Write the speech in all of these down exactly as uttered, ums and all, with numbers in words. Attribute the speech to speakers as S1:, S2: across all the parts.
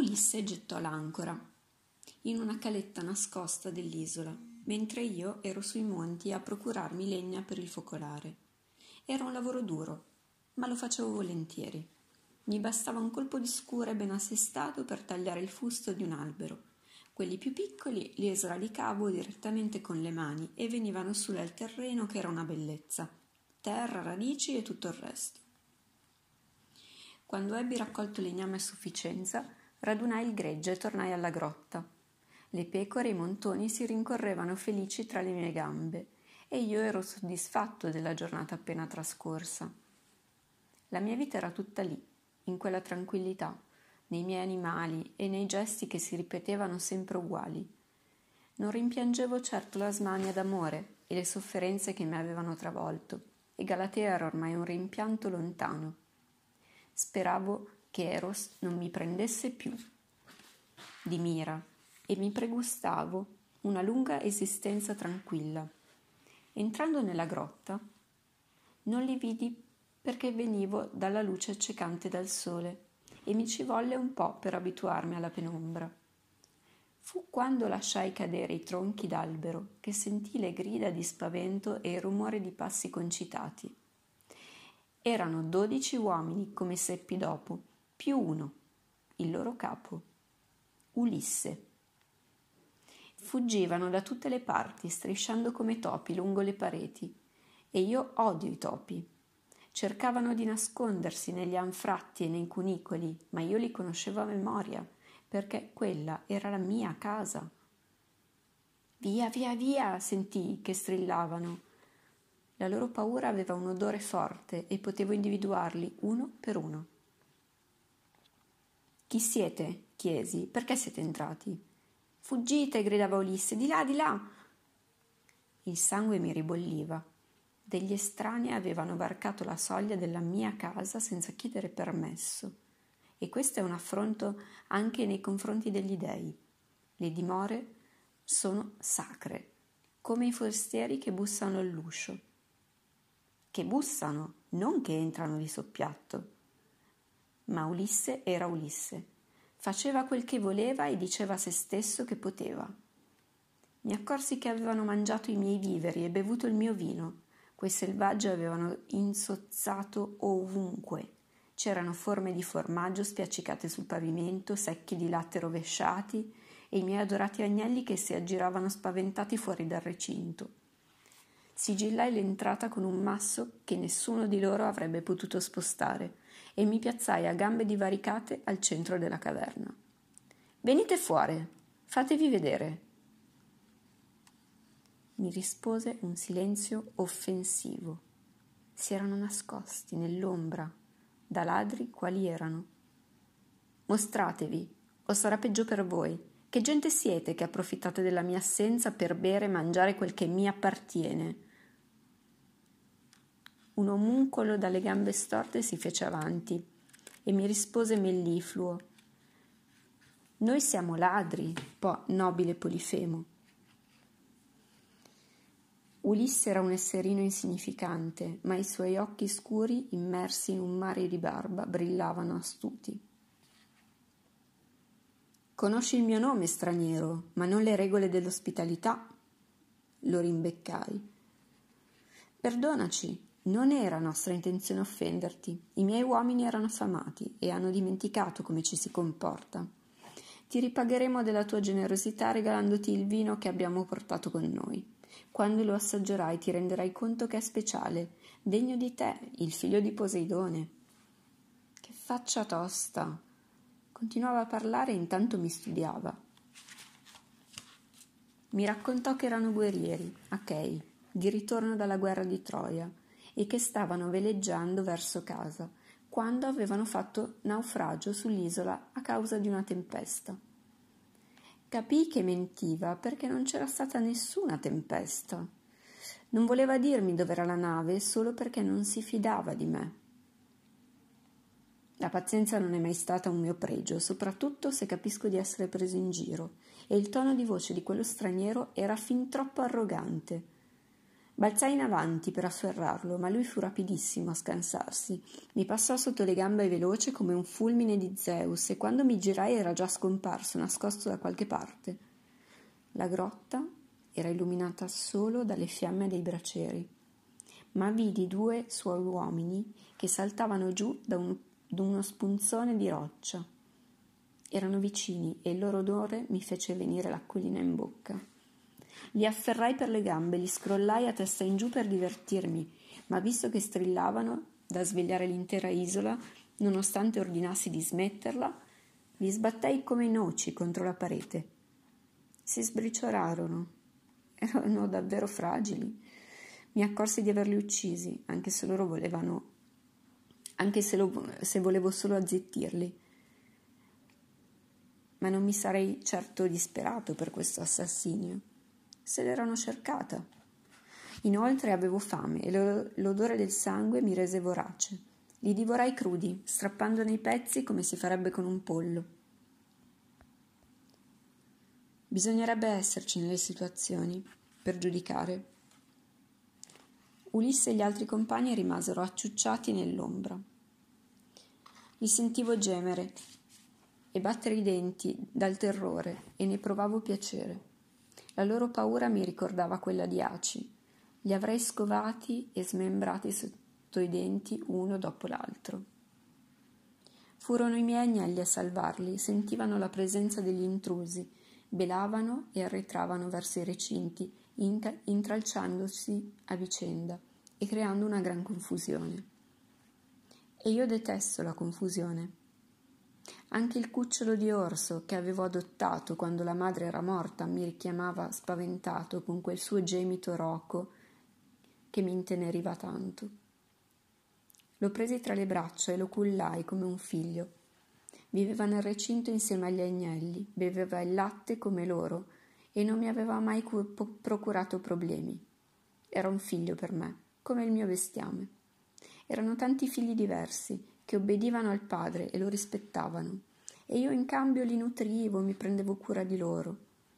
S1: Ulisse gettò l'ancora in una caletta nascosta dell'isola, mentre io ero sui monti a procurarmi legna per il focolare. Era un lavoro duro, ma lo facevo volentieri. Mi bastava un colpo di scure ben assestato per tagliare il fusto di un albero. Quelli più piccoli li sradicavo direttamente con le mani e venivano su dal terreno, che era una bellezza, terra, radici e tutto il resto. Quando ebbi raccolto legname a sufficienza, radunai il gregge e tornai alla grotta. Le pecore e i montoni si rincorrevano felici tra le mie gambe e io ero soddisfatto della giornata appena trascorsa. La mia vita era tutta lì, in quella tranquillità, nei miei animali e nei gesti che si ripetevano sempre uguali. Non rimpiangevo certo la smania d'amore e le sofferenze che mi avevano travolto, e Galatea era ormai un rimpianto lontano. Speravo che Eros non mi prendesse più di mira e mi pregustavo una lunga esistenza tranquilla. Entrando nella grotta, non li vidi perché venivo dalla luce accecante dal sole e mi ci volle un po' per abituarmi alla penombra. Fu quando lasciai cadere i tronchi d'albero che sentii le grida di spavento e il rumore di passi concitati. Erano dodici uomini, come seppi dopo, più uno, il loro capo, Ulisse. Fuggivano da tutte le parti, strisciando come topi lungo le pareti, e io odio i topi. Cercavano di nascondersi negli anfratti e nei cunicoli, ma io li conoscevo a memoria, perché quella era la mia casa. Via, via, via, sentii che strillavano. La loro paura aveva un odore forte e potevo individuarli uno per uno. Chi siete? Chiesi. Perché siete entrati? Fuggite, gridava Ulisse, di là, di là. Il sangue mi ribolliva. Degli estranei avevano varcato la soglia della mia casa senza chiedere permesso. E questo è un affronto anche nei confronti degli dei. Le dimore sono sacre, come i forestieri che bussano all'uscio. Che bussano, non che entrano di soppiatto. Ma Ulisse era Ulisse. Faceva quel che voleva e diceva a se stesso che poteva. Mi accorsi che avevano mangiato i miei viveri e bevuto il mio vino. Quei selvaggi avevano insozzato ovunque. C'erano forme di formaggio spiaccicate sul pavimento, secchi di latte rovesciati e i miei adorati agnelli che si aggiravano spaventati fuori dal recinto. Sigillai l'entrata con un masso che nessuno di loro avrebbe potuto spostare e mi piazzai a gambe divaricate al centro della caverna. «Venite fuori, fatevi vedere!» Mi rispose un silenzio offensivo. Si erano nascosti nell'ombra, da ladri quali erano. «Mostratevi, o sarà peggio per voi. Che gente siete che approfittate della mia assenza per bere e mangiare quel che mi appartiene?» Un omuncolo dalle gambe storte si fece avanti e mi rispose mellifluo. «Noi siamo ladri, po' nobile Polifemo». Ulisse era un esserino insignificante, ma i suoi occhi scuri, immersi in un mare di barba, brillavano astuti. «Conosci il mio nome, straniero, ma non le regole dell'ospitalità», lo rimbeccai. «Perdonaci, non era nostra intenzione offenderti. I miei uomini erano affamati e hanno dimenticato come ci si comporta. Ti ripagheremo della tua generosità regalandoti il vino che abbiamo portato con noi. Quando lo assaggerai ti renderai conto che è speciale, degno di te, il figlio di Poseidone». Che faccia tosta! Continuava a parlare e intanto mi studiava. Mi raccontò che erano guerrieri, achei, di ritorno dalla guerra di Troia, e che stavano veleggiando verso casa, quando avevano fatto naufragio sull'isola a causa di una tempesta. Capii che mentiva perché non c'era stata nessuna tempesta. Non voleva dirmi dov'era la nave solo perché non si fidava di me. La pazienza non è mai stata un mio pregio, soprattutto se capisco di essere preso in giro, e il tono di voce di quello straniero era fin troppo arrogante. Balzai in avanti per afferrarlo, ma lui fu rapidissimo a scansarsi. Mi passò sotto le gambe veloce come un fulmine di Zeus e quando mi girai era già scomparso, nascosto da qualche parte. La grotta era illuminata solo dalle fiamme dei bracieri, ma vidi due suoi uomini che saltavano giù da, un, da uno spunzone di roccia. Erano vicini e il loro odore mi fece venire l'acquolina in bocca. Li afferrai per le gambe, li scrollai a testa in giù per divertirmi, ma visto che strillavano da svegliare l'intera isola, nonostante ordinassi di smetterla, li sbattei come noci contro la parete. Si sbriciolarono. Erano davvero fragili. Mi accorsi di averli uccisi, anche se loro volevano, anche se, lo, se volevo solo azzittirli. Ma non mi sarei certo disperato per questo assassinio. Se l'erano cercata. Inoltre avevo fame e lo, l'odore del sangue mi rese vorace. Li divorai crudi, strappandone i pezzi come si farebbe con un pollo. Bisognerebbe esserci nelle situazioni per giudicare. Ulisse e gli altri compagni rimasero acciucciati nell'ombra. Li sentivo gemere e battere i denti dal terrore e ne provavo piacere. La loro paura mi ricordava quella di Aci. Li avrei scovati e smembrati sotto i denti uno dopo l'altro. Furono i miei agnelli a salvarli, sentivano la presenza degli intrusi, belavano e arretravano verso i recinti, inca- intralciandosi a vicenda e creando una gran confusione. E io detesto la confusione. Anche il cucciolo di orso che avevo adottato quando la madre era morta mi richiamava spaventato con quel suo gemito roco che mi inteneriva tanto. Lo presi tra le braccia e lo cullai come un figlio. Viveva nel recinto insieme agli agnelli, beveva il latte come loro e non mi aveva mai cu- procurato problemi. Era un figlio per me, come il mio bestiame. Erano tanti figli diversi che obbedivano al padre e lo rispettavano, e io in cambio li nutrivo, mi prendevo cura di loro.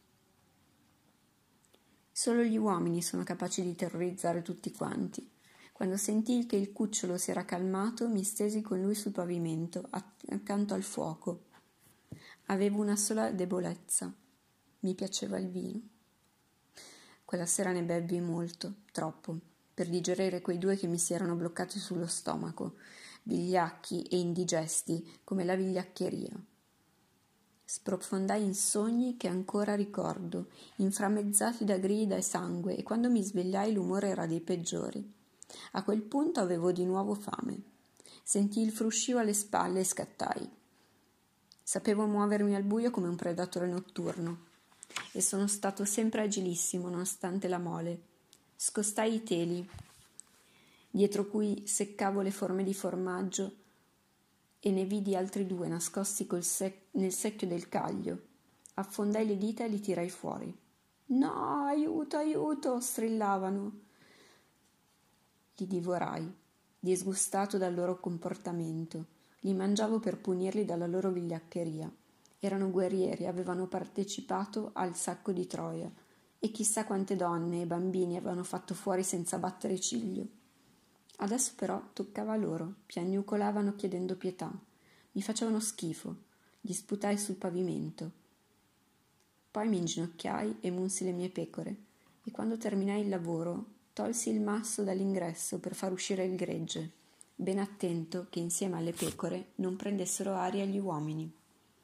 S1: Solo gli uomini sono capaci di terrorizzare tutti quanti. Quando sentii che il cucciolo si era calmato, mi stesi con lui sul pavimento, accanto al fuoco. Avevo una sola debolezza. Mi piaceva il vino. Quella sera ne bevvi molto, troppo, per digerire quei due che mi si erano bloccati sullo stomaco, vigliacchi e indigesti come la vigliaccheria. Sprofondai in sogni che ancora ricordo, inframmezzati da grida e sangue, e quando mi svegliai l'umore era dei peggiori. A quel punto avevo di nuovo fame. Sentii il fruscio alle spalle e scattai. Sapevo muovermi al buio come un predatore notturno e sono stato sempre agilissimo nonostante la mole. Scostai i teli, dietro cui seccavo le forme di formaggio, e ne vidi altri due nascosti col sec- nel secchio del caglio. Affondai le dita e li tirai fuori. «No, aiuto, aiuto!» strillavano. Li divorai, disgustato dal loro comportamento. Li mangiavo per punirli dalla loro vigliaccheria. Erano guerrieri, avevano partecipato al sacco di Troia, e chissà quante donne e bambini avevano fatto fuori senza battere ciglio. Adesso però toccava a loro, piagnucolavano chiedendo pietà. Mi facevano schifo, gli sputai sul pavimento. Poi mi inginocchiai e munsi le mie pecore, e quando terminai il lavoro tolsi il masso dall'ingresso per far uscire il gregge, ben attento che insieme alle pecore non prendessero aria gli uomini.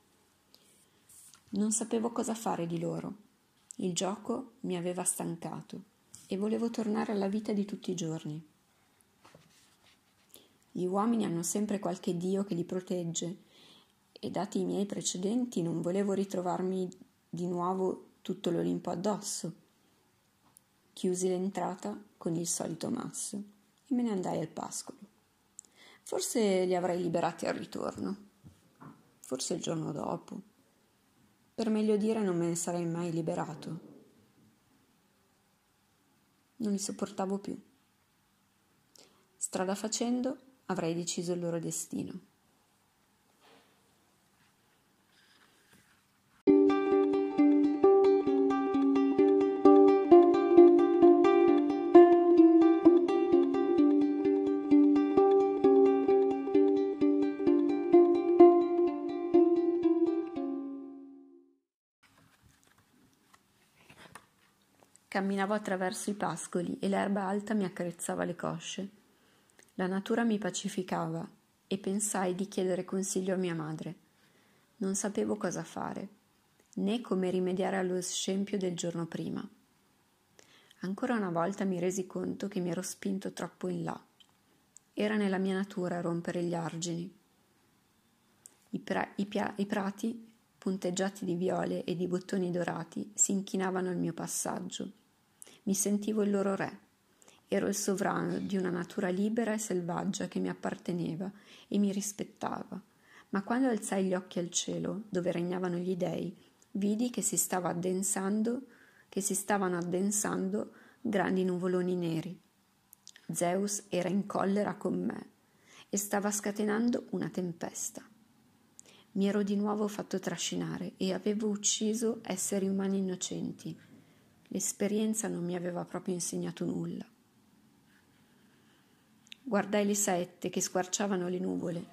S1: Non sapevo cosa fare di loro. Il gioco mi aveva stancato e volevo tornare alla vita di tutti i giorni. Gli uomini hanno sempre qualche dio che li protegge e, dati i miei precedenti, non volevo ritrovarmi di nuovo tutto l'Olimpo addosso. Chiusi l'entrata con il solito masso e me ne andai al pascolo. Forse li avrei liberati al ritorno, forse il giorno dopo. Per meglio dire, non me ne sarei mai liberato. Non li sopportavo più. Strada facendo, avrei deciso il loro destino. Camminavo attraverso i pascoli e l'erba alta mi accarezzava le cosce. La natura mi pacificava e pensai di chiedere consiglio a mia madre. Non sapevo cosa fare, né come rimediare allo scempio del giorno prima. Ancora una volta mi resi conto che mi ero spinto troppo in là. Era nella mia natura rompere gli argini. I, pra- i, pia- i prati, punteggiati di viole e di bottoni dorati, si inchinavano al mio passaggio. Mi sentivo il loro re. Ero il sovrano di una natura libera e selvaggia che mi apparteneva e mi rispettava. Ma quando alzai gli occhi al cielo, dove regnavano gli dei, vidi che si stava addensando, che si stavano addensando grandi nuvoloni neri. Zeus era in collera con me e stava scatenando una tempesta. Mi ero di nuovo fatto trascinare e avevo ucciso esseri umani innocenti. L'esperienza non mi aveva proprio insegnato nulla. Guardai le saette che squarciavano le nuvole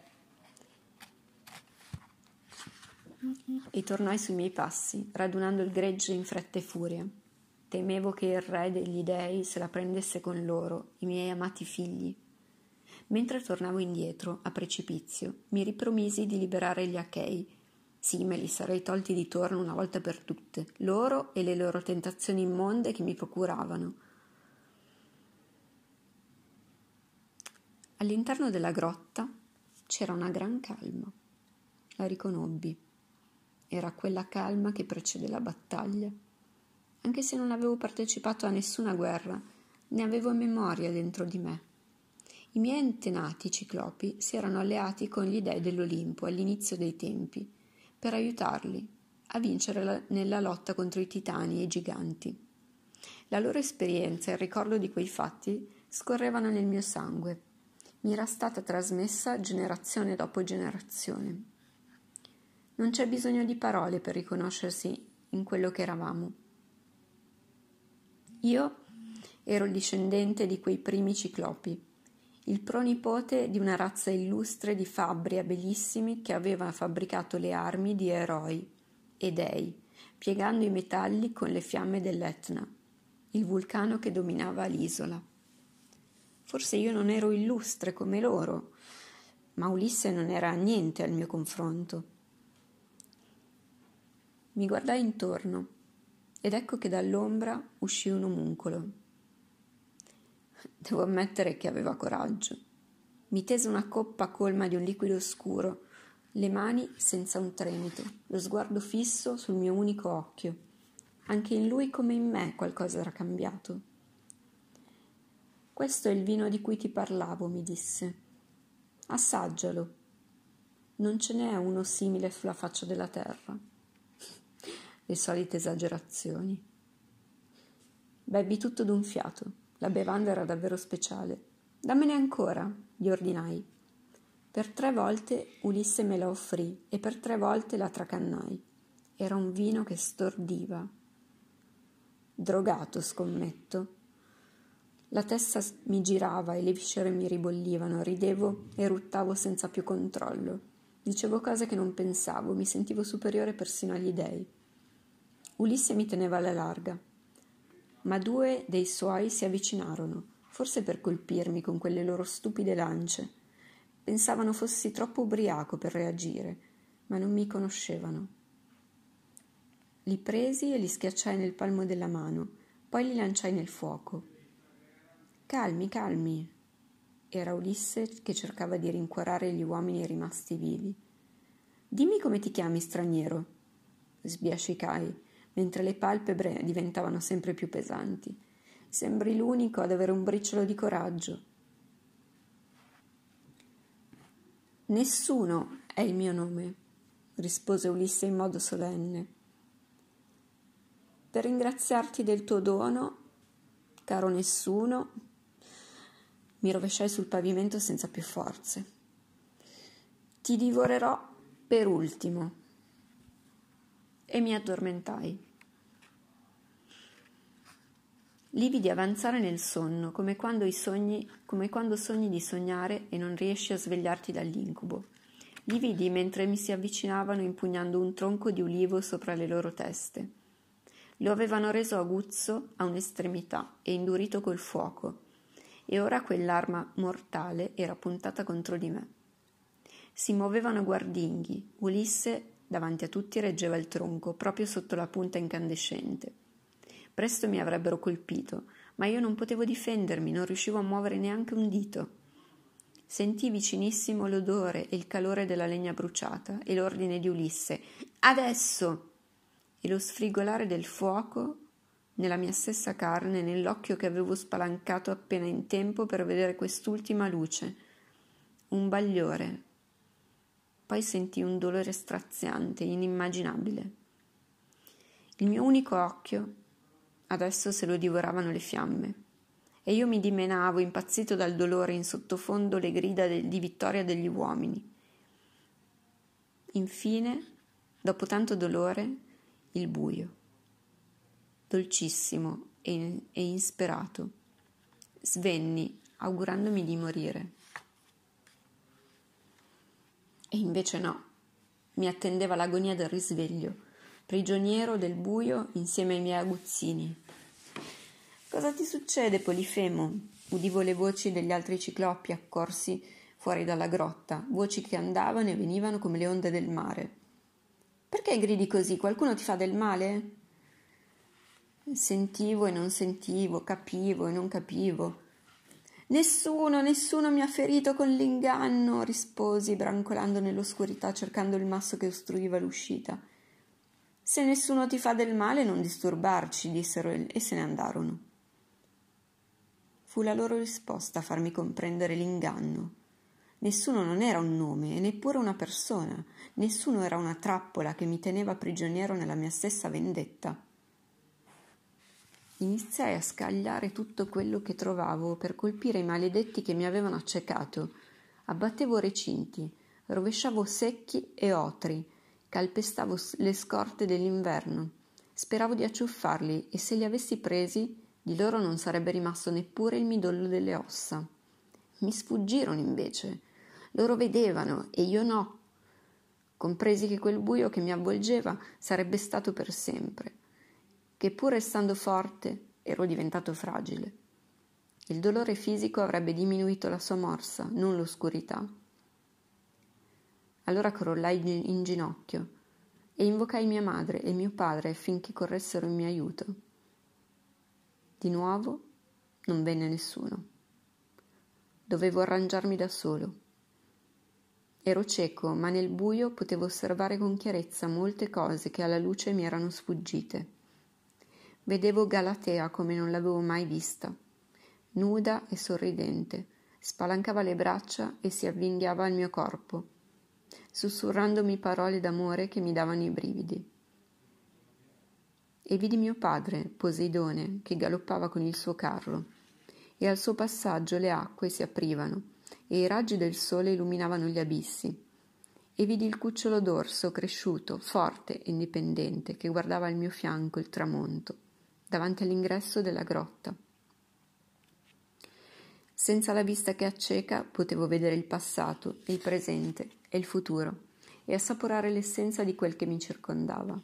S1: e tornai sui miei passi, radunando il gregge in fretta e furia. Temevo che il re degli dei se la prendesse con loro, i miei amati figli. Mentre tornavo indietro, a precipizio, mi ripromisi di liberare gli Achei. Sì, me li sarei tolti di torno una volta per tutte, loro e le loro tentazioni immonde che mi procuravano. All'interno della grotta c'era una gran calma. La riconobbi. Era quella calma che precede la battaglia. Anche se non avevo partecipato a nessuna guerra, ne avevo memoria dentro di me. I miei antenati ciclopi si erano alleati con gli dei dell'Olimpo all'inizio dei tempi per aiutarli a vincere la, nella lotta contro i titani e i giganti. La loro esperienza e il ricordo di quei fatti scorrevano nel mio sangue. Mi era stata trasmessa generazione dopo generazione. Non c'è bisogno di parole per riconoscersi in quello che eravamo. Io ero il discendente di quei primi ciclopi, il pronipote di una razza illustre di fabbri abilissimi che aveva fabbricato le armi di eroi e dei, piegando i metalli con le fiamme dell'Etna, il vulcano che dominava l'isola. Forse io non ero illustre come loro, ma Ulisse non era niente al mio confronto. Mi guardai intorno ed ecco che dall'ombra uscì un omuncolo. Devo ammettere che aveva coraggio. Mi tese una coppa colma di un liquido scuro, le mani senza un tremito, lo sguardo fisso sul mio unico occhio. Anche in lui come in me qualcosa era cambiato. Questo è il vino di cui ti parlavo, mi disse. Assaggialo. Non ce n'è uno simile sulla faccia della terra. Le solite esagerazioni. Bebbi tutto d'un fiato. La bevanda era davvero speciale. Dammene ancora, gli ordinai. Per tre volte Ulisse me la offrì e per tre volte la tracannai. Era un vino che stordiva. Drogato, scommetto. La testa mi girava e le viscere mi ribollivano, ridevo e ruttavo senza più controllo. Dicevo cose che non pensavo, mi sentivo superiore persino agli dei. Ulisse mi teneva alla larga, ma due dei suoi si avvicinarono, forse per colpirmi con quelle loro stupide lance. Pensavano fossi troppo ubriaco per reagire, ma non mi conoscevano. Li presi e li schiacciai nel palmo della mano, poi li lanciai nel fuoco. Calmi, calmi. Era Ulisse che cercava di rincuorare gli uomini rimasti vivi. Dimmi come ti chiami, straniero, sbiascicai, mentre le palpebre diventavano sempre più pesanti. Sembri l'unico ad avere un briciolo di coraggio. Nessuno è il mio nome, rispose Ulisse in modo solenne. Per ringraziarti del tuo dono, caro nessuno, mi rovesciai sul pavimento senza più forze. Ti divorerò per ultimo. E mi addormentai. Li vidi avanzare nel sonno, come quando, i sogni, come quando sogni di sognare e non riesci a svegliarti dall'incubo. Li vidi mentre mi si avvicinavano impugnando un tronco di ulivo sopra le loro teste. Lo avevano reso aguzzo a un'estremità e indurito col fuoco, e ora quell'arma mortale era puntata contro di me. Si muovevano guardinghi. Ulisse davanti a tutti reggeva il tronco, proprio sotto la punta incandescente. Presto mi avrebbero colpito, ma io non potevo difendermi, non riuscivo a muovere neanche un dito. Sentii vicinissimo l'odore e il calore della legna bruciata e l'ordine di Ulisse: «Adesso!» e lo sfrigolare del fuoco nella mia stessa carne, nell'occhio che avevo spalancato appena in tempo per vedere quest'ultima luce. Un bagliore. Poi sentii un dolore straziante, inimmaginabile. Il mio unico occhio adesso se lo divoravano le fiamme, e io mi dimenavo, impazzito dal dolore, in sottofondo le grida de- di vittoria degli uomini. Infine, dopo tanto dolore, il buio, dolcissimo e, e insperato. Svenni, augurandomi di morire. E invece no, mi attendeva l'agonia del risveglio, prigioniero del buio insieme ai miei aguzzini. «Cosa ti succede, Polifemo?» Udivo le voci degli altri ciclopi accorsi fuori dalla grotta, voci che andavano e venivano come le onde del mare. «Perché gridi così? Qualcuno ti fa del male?» Sentivo e non sentivo, capivo e non capivo. «Nessuno, nessuno mi ha ferito con l'inganno», risposi, brancolando nell'oscurità, cercando il masso che ostruiva l'uscita. «Se nessuno ti fa del male, non disturbarci», dissero e se ne andarono. Fu la loro risposta a farmi comprendere l'inganno. Nessuno non era un nome e neppure una persona, nessuno era una trappola che mi teneva prigioniero nella mia stessa vendetta. Iniziai a scagliare tutto quello che trovavo per colpire i maledetti che mi avevano accecato. Abbattevo recinti, rovesciavo secchi e otri, calpestavo le scorte dell'inverno. Speravo di acciuffarli e se li avessi presi, di loro non sarebbe rimasto neppure il midollo delle ossa. Mi sfuggirono invece. Loro vedevano e io no. Compresi che quel buio che mi avvolgeva sarebbe stato per sempre, che pur restando forte ero diventato fragile. Il dolore fisico avrebbe diminuito la sua morsa, non l'oscurità. Allora crollai in ginocchio e invocai mia madre e mio padre affinché corressero in mio aiuto. Di nuovo non venne nessuno. Dovevo arrangiarmi da solo. Ero cieco, ma nel buio potevo osservare con chiarezza molte cose che alla luce mi erano sfuggite. Vedevo Galatea come non l'avevo mai vista, nuda e sorridente, spalancava le braccia e si avvinghiava al mio corpo, sussurrandomi parole d'amore che mi davano i brividi. E vidi mio padre, Poseidone, che galoppava con il suo carro, e al suo passaggio le acque si aprivano e i raggi del sole illuminavano gli abissi, e vidi il cucciolo d'orso cresciuto, forte e indipendente, che guardava al mio fianco il tramonto, davanti all'ingresso della grotta. Senza la vista che acceca potevo vedere il passato, il presente e il futuro e assaporare l'essenza di quel che mi circondava.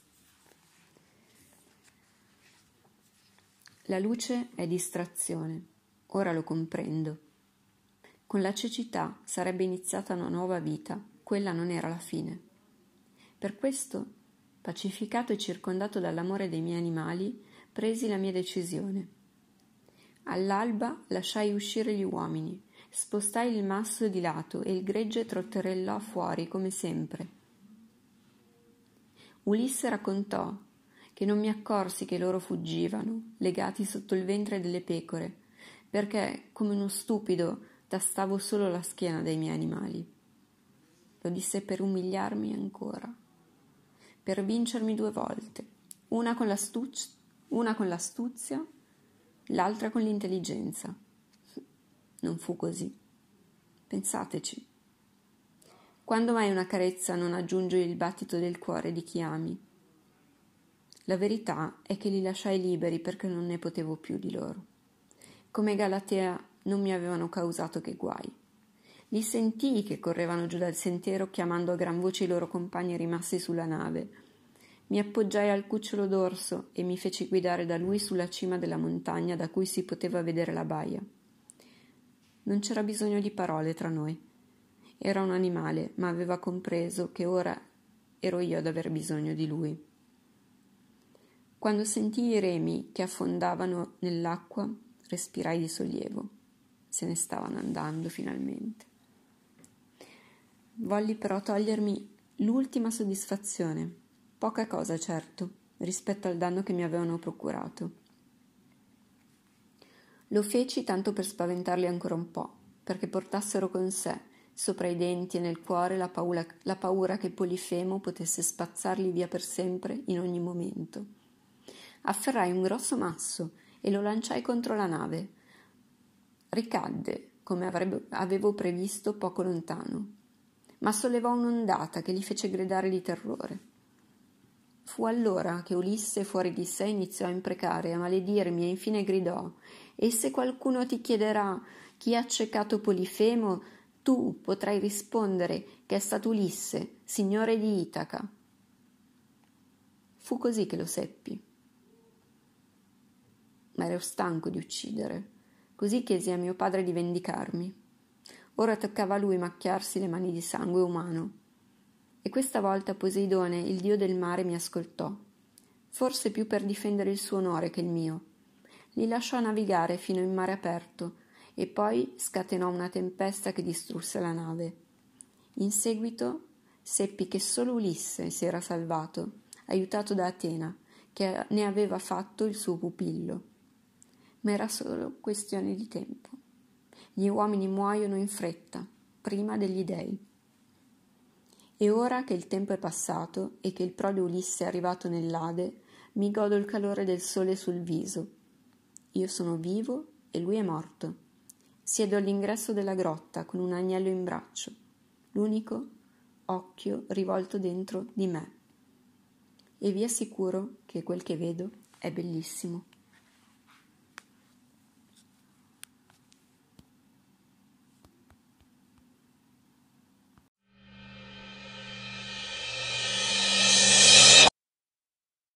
S1: La luce è distrazione, ora lo comprendo. Con la cecità sarebbe iniziata una nuova vita, quella non era la fine. Per questo, pacificato e circondato dall'amore dei miei animali, presi la mia decisione. All'alba lasciai uscire gli uomini, spostai il masso di lato e il gregge trotterellò fuori come sempre. Ulisse raccontò che non mi accorsi che loro fuggivano, legati sotto il ventre delle pecore, perché, come uno stupido, tastavo solo la schiena dei miei animali. Lo disse per umiliarmi ancora, per vincermi due volte, una con l'astuz- una con l'astuzia, l'altra con l'intelligenza. Non fu così. Pensateci. Quando mai una carezza non aggiunge il battito del cuore di chi ami? La verità è che li lasciai liberi perché non ne potevo più di loro. Come Galatea non mi avevano causato che guai. Li sentii che correvano giù dal sentiero chiamando a gran voce i loro compagni rimasti sulla nave. Mi appoggiai al cucciolo d'orso e mi feci guidare da lui sulla cima della montagna da cui si poteva vedere la baia. Non c'era bisogno di parole tra noi. Era un animale, ma aveva compreso che ora ero io ad aver bisogno di lui. Quando sentii i remi che affondavano nell'acqua, respirai di sollievo. Se ne stavano andando finalmente. Volli però togliermi l'ultima soddisfazione, poca cosa certo, rispetto al danno che mi avevano procurato. Lo feci tanto per spaventarli ancora un po', perché portassero con sé, sopra i denti e nel cuore, la paura, la paura che Polifemo potesse spazzarli via per sempre in ogni momento. Afferrai un grosso masso e lo lanciai contro la nave. Ricadde, come avrebbe, avevo previsto, poco lontano, ma sollevò un'ondata che li fece gridare di terrore. Fu allora che Ulisse, fuori di sé, iniziò a imprecare, a maledirmi e infine gridò: «E se qualcuno ti chiederà chi ha accecato Polifemo, tu potrai rispondere che è stato Ulisse, signore di Itaca». Fu così che lo seppi. Ma ero stanco di uccidere, così chiesi a mio padre di vendicarmi. Ora toccava a lui macchiarsi le mani di sangue umano. E questa volta Poseidone, il dio del mare, mi ascoltò, forse più per difendere il suo onore che il mio. Li lasciò navigare fino in mare aperto e poi scatenò una tempesta che distrusse la nave. In seguito seppi che solo Ulisse si era salvato, aiutato da Atena, che ne aveva fatto il suo pupillo. Ma era solo questione di tempo. Gli uomini muoiono in fretta, prima degli dei. E ora che il tempo è passato e che il prode Ulisse è arrivato nell'Ade, mi godo il calore del sole sul viso. Io sono vivo e lui è morto. Siedo all'ingresso della grotta con un agnello in braccio, l'unico occhio rivolto dentro di me. E vi assicuro che quel che vedo è bellissimo.